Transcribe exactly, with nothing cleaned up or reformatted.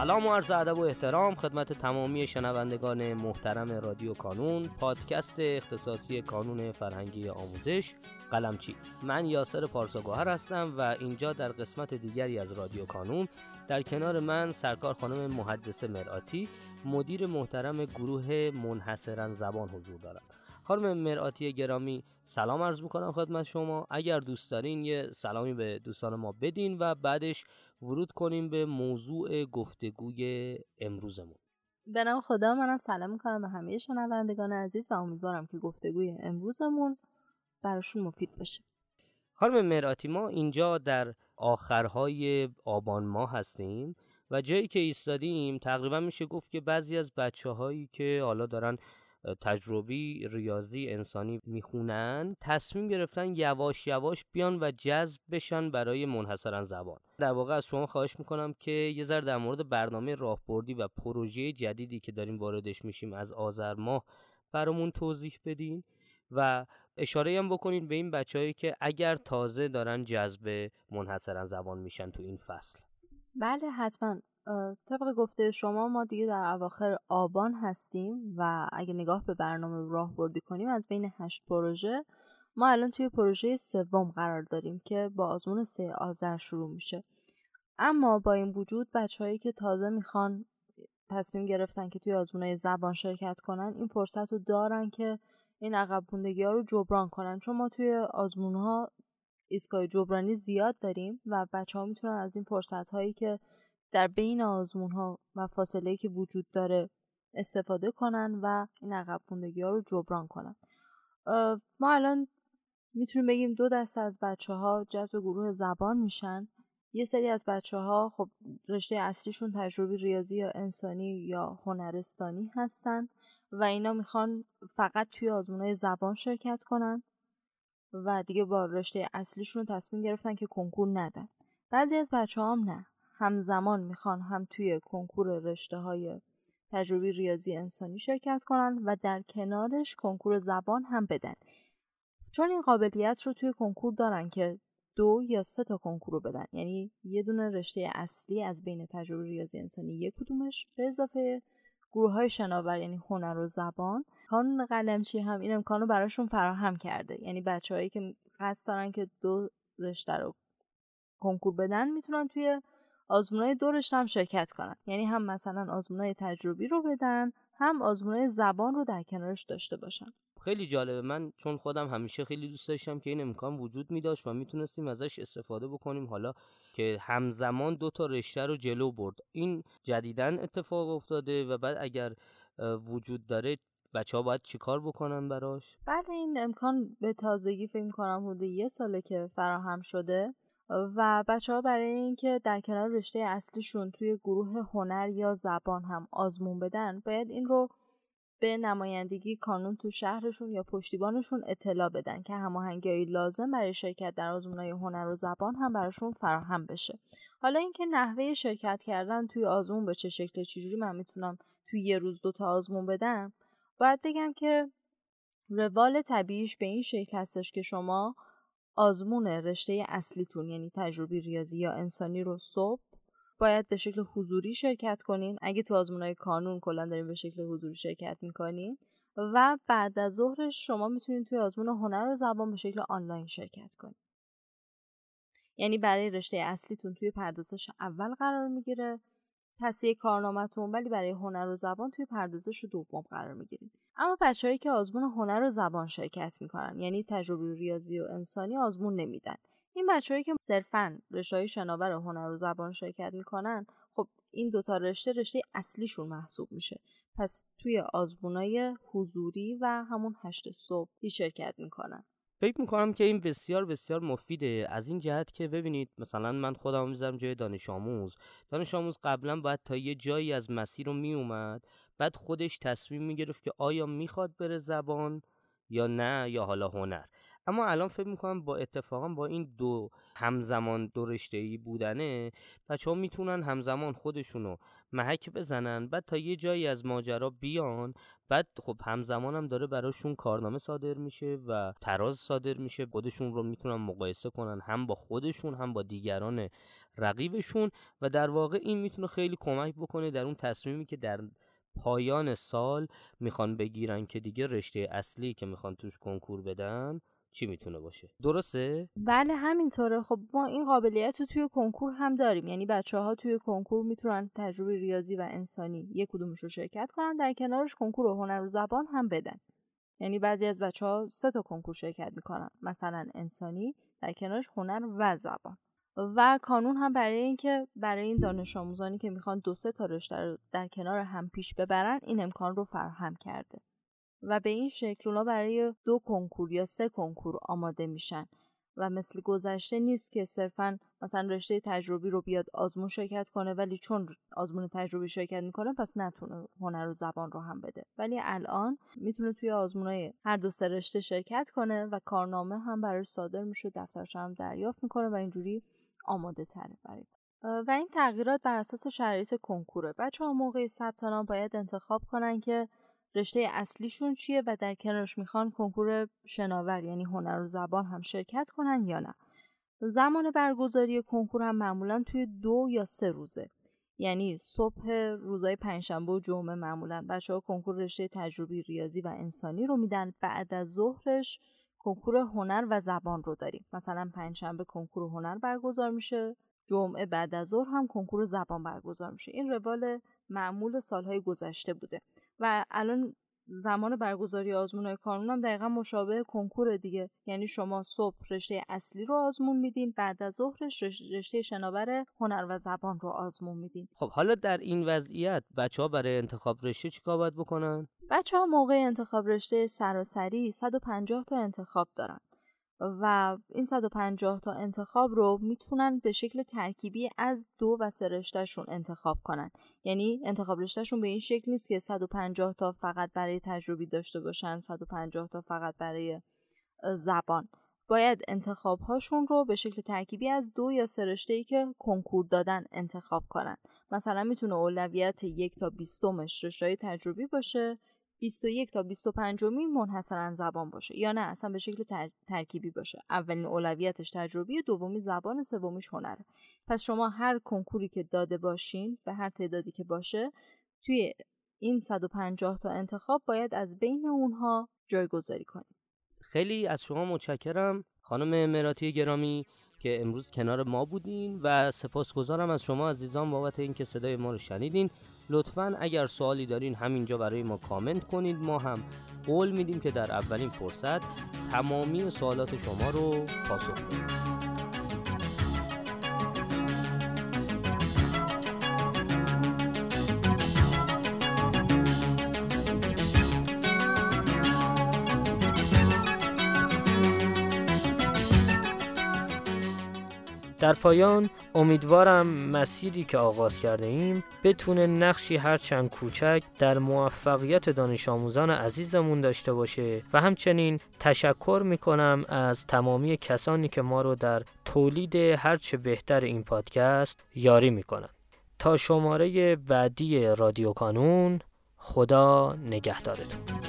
سلام و عرض ادب و احترام خدمت تمامی شنوندگان محترم رادیو کانون، پادکست اختصاصی کانون فرهنگی آموزش قلمچی. من یاسر پارساگوهر هستم و اینجا در قسمت دیگری از رادیو کانون در کنار من سرکار خانم محدثه مرآتی، مدیر محترم گروه منحصرا زبان حضور دارم. خانم مرآتی گرامی، سلام عرض میکنم خدمت شما. اگر دوست دارین یه سلامی به دوستان ما بدین و بعدش ورود کنیم به موضوع گفتگوی امروزمون. به نام خدا، منم سلام میکنم به همه شنوندگان عزیز و امیدوارم که گفتگوی امروزمون براشون مفید باشه. خانم مرآتی، ما اینجا در آخرهای آبان ماه هستیم و جایی که ایستادیم تقریبا میشه گفت که بعضی از بچه‌هایی که حالا دارن تجربی ریاضی انسانی میخونن تصمیم گرفتن یواش یواش بیان و جذب بشن برای منحصرا زبان. در واقع از شما خواهش میکنم که یه ذره در مورد برنامه راهبردی و پروژه جدیدی که داریم واردش میشیم از آذر ماه برامون توضیح بدین و اشاره هم بکنین به این بچه‌هایی که اگر تازه دارن جذب منحصرا زبان میشن تو این فصل. بله حتما. طبق گفته شما ما دیگه در اواخر آبان هستیم و اگه نگاه به برنامه راهبردی کنیم از بین هشت پروژه ما الان توی پروژه سوم قرار داریم که با آزمون سه آذر شروع میشه. اما با این وجود بچه‌هایی که تازه میخوان تصمیم گرفتن که توی آزمون‌های زبان شرکت کنن این فرصت رو دارن که این عقب موندگی‌ها رو جبران کنن، چون ما توی آزمون‌ها ایستگاه جبرانی زیاد داریم و بچه‌ها میتونن از این فرصت‌هایی که در بین آزمون‌ها و فاصله‌ای که وجود داره استفاده کنن و این عقب موندگی‌ها رو جبران کنن. ما الان میتونیم بگیم دو دسته از بچه‌ها جذب گروه زبان میشن. یه سری از بچه‌ها خب رشته اصلیشون تجربی ریاضی یا انسانی یا هنرستانی هستن و اینا میخوان فقط توی آزمون‌های زبان شرکت کنن و دیگه با رشته اصلیشون تصمیم گرفتن که کنکور ندن. بعضی از بچه‌ها هم نه، همزمان میخوان هم توی کنکور رشته‌های تجربی ریاضی انسانی شرکت کنن و در کنارش کنکور زبان هم بدن، چون این قابلیت رو توی کنکور دارن که دو یا سه تا کنکور رو بدن، یعنی یه دونه رشته اصلی از بین تجربی ریاضی انسانی یک کدومش به اضافه گروه های شناور یعنی هنر و زبان. کانون قلمچی هم این امکانو براشون فراهم کرده، یعنی بچه‌هایی که قصد دارن که دو رشته رو کنکور بدن میتونن توی آزمونای دو رشته هم شرکت کنن، یعنی هم مثلا آزمونای تجربی رو بدن هم آزمونای زبان رو در کنارش داشته باشن. خیلی جالبه. من چون خودم همیشه خیلی دوست داشتم که این امکان وجود می داشت و میتونستیم ازش استفاده بکنیم، حالا که همزمان دو تا رشته رو جلو برد. این جدیداً اتفاق افتاده و بعد اگر وجود داره بچه‌ها باید چیکار بکنن براش؟ بله، این امکان به تازگی فکر می‌کنم حدود یه ساله که فراهم شده و بچه‌ها برای اینکه در کنار رشته اصلیشون توی گروه هنر یا زبان هم آزمون بدن باید این رو به نمایندگی کانون تو شهرشون یا پشتیبانشون اطلاع بدن که هماهنگی‌های لازم برای شرکت در آزمون‌های هنر و زبان هم براشون فراهم بشه. حالا اینکه نحوه شرکت کردن توی آزمون به چه شکل، چجوری من میتونم توی یه روز دو تا آزمون بدم، باید بگم که روال طبیعیش به این شکل هستش که شما آزمون رشته اصلیتون یعنی تجربی ریاضی یا انسانی رو صبح باید به شکل حضوری شرکت کنین، اگه تو آزمون‌های کانون کلا دارین به شکل حضوری شرکت میکنین، و بعد از ظهرش شما میتونین توی آزمون هنر و زبان به شکل آنلاین شرکت کنین. یعنی برای رشته اصلیتون توی پردازش اول قرار میگیره تصحیح کارنامه‌تون، ولی برای هنر و زبان توی پردازش دوم قرار میگیرین. اما بچه‌هایی که آزمون هنر و زبان شرکت میکنن یعنی تجربی ریاضی و انسانی آزمون نمیدن، این بچه‌هایی که صرفاً رشته‌های شناور هنر و زبان شرکت میکنن، خب این دوتا رشته رشته اصلیشون محسوب میشه، پس توی آزمونای حضوری و همون هشت صبح شرکت میکنن. فکر میکنم که این بسیار بسیار مفیده، از این جهت که ببینید مثلا من خودم میذارم جای دانش آموز دانش آموز قبلا باید تا یه جایی از مسیر رو میومد، بعد خودش تصمیم میگرفت که آیا میخواد بره زبان یا نه یا حالا هنر. اما الان فکر میکنم با اتفاقا با این دو همزمان دو رشته‌ای بودنه بچه‌ها میتونن همزمان خودشونو محک بزنن، بعد تا یه جایی از ماجرا بیان، بعد خب همزمان هم داره براشون کارنامه صادر میشه و تراز صادر میشه، خودشون رو میتونن مقایسه کنن هم با خودشون هم با دیگران رقیبشون و در واقع این میتونه خیلی کمک بکنه در اون تصمیمی که در پایان سال میخوان بگیرن که دیگه رشته اصلی که میخوان توش کنکور بدن چی میتونه باشه. درسته؟ بله همینطوره. خب ما این قابلیت رو توی کنکور هم داریم، یعنی بچه ها توی کنکور میتونن تجربه ریاضی و انسانی یک کدومش رو شرکت کنن، در کنارش کنکور هنر و زبان هم بدن. یعنی بعضی از بچه ها سه تا کنکور شرکت میکنن، مثلا انسانی، در کنارش هنر و زبان. و کانون هم برای اینکه برای این دانش آموزانی که میخوان دو سه تا رشته رو در کنار هم پیش ببرن این امکان رو فراهم کرده و به این شکل اونا برای دو کنکور یا سه کنکور آماده میشن و مثل گذشته نیست که صرفاً مثلا رشته تجربی رو بیاد آزمون شرکت کنه ولی چون آزمون تجربی شرکت میکنه پس نتونه هنر و زبان رو هم بده، ولی الان میتونه توی آزمونای هر دو سه رشته شرکت کنه و کارنامه هم براش صادر میشه، دفترچه هم دریافت میکنه و اینجوری آماده تره برای. و این تغییرات بر اساس شرایط کنکوره. بچه‌ها موقع ثبت نام باید انتخاب کنن که رشته اصلیشون چیه و در کنارش میخوان کنکور شناور یعنی هنر و زبان هم شرکت کنن یا نه. زمان برگزاری کنکور هم معمولا توی دو یا سه روزه، یعنی صبح روزهای پنجشنبه و جمعه معمولا بچه‌ها کنکور رشته تجربی ریاضی و انسانی رو میدن، بعد از ظهرش کنکور هنر و زبان رو داریم. مثلا پنجشنبه کنکور هنر برگزار میشه، جمعه بعد از ظهر هم کنکور زبان برگزار میشه. این روال معمول سالهای گذشته بوده و الان زمان برگزاری آزمون‌های کانون هم دقیقا مشابه کنکور دیگه، یعنی شما صبح رشته اصلی رو آزمون میدین، بعد از ظهرش رشته شناور هنر و زبان رو آزمون میدین. خب حالا در این وضعیت بچه‌ها برای انتخاب رشته چیکار باید بکنن؟ بچه‌ها موقع انتخاب رشته سراسری صد و پنجاه تا انتخاب دارن و این صد و پنجاه تا انتخاب رو میتونن به شکل ترکیبی از دو و سه رشتهشون انتخاب کنن. یعنی انتخاب رشتهشون به این شکل نیست که صد و پنجاه تا فقط برای تجربی داشته باشن، صد و پنجاه تا فقط برای زبان. باید انتخاب هاشون رو به شکل ترکیبی از دو یا سه رشته‌ای که کنکور دادن انتخاب کنن. مثلا میتونه اولویت یک تا بیستمش رشته تجربی باشه، بیست و یک تا بیست و پنج منحصراً زبان باشه، یا نه اصلا به شکل تر... ترکیبی باشه. اولین اولویتش تجربی، دومی زبان، سومیش هنره. پس شما هر کنکوری که داده باشین به هر تعدادی که باشه توی این صد و پنجاه تا انتخاب باید از بین اونها جایگذاری کنید. خیلی از شما متشکرم خانم مراتی گرامی که امروز کنار ما بودین و سپاسگزارم از شما عزیزان بابت اینکه صدای ما رو شنیدین. لطفاً اگر سوالی دارین همینجا برای ما کامنت کنید، ما هم قول میدیم که در اولین فرصت تمامی سوالات شما رو پاسخ بدیم. در پایان امیدوارم مسیری که آغاز کرده ایم بتونه نقشی هرچند کوچک در موفقیت دانش آموزان عزیزمون داشته باشه و همچنین تشکر میکنم از تمامی کسانی که ما رو در تولید هرچه بهتر این پادکست یاری میکنن. تا شماره بعدی رادیو کانون، خدا نگهدارتون.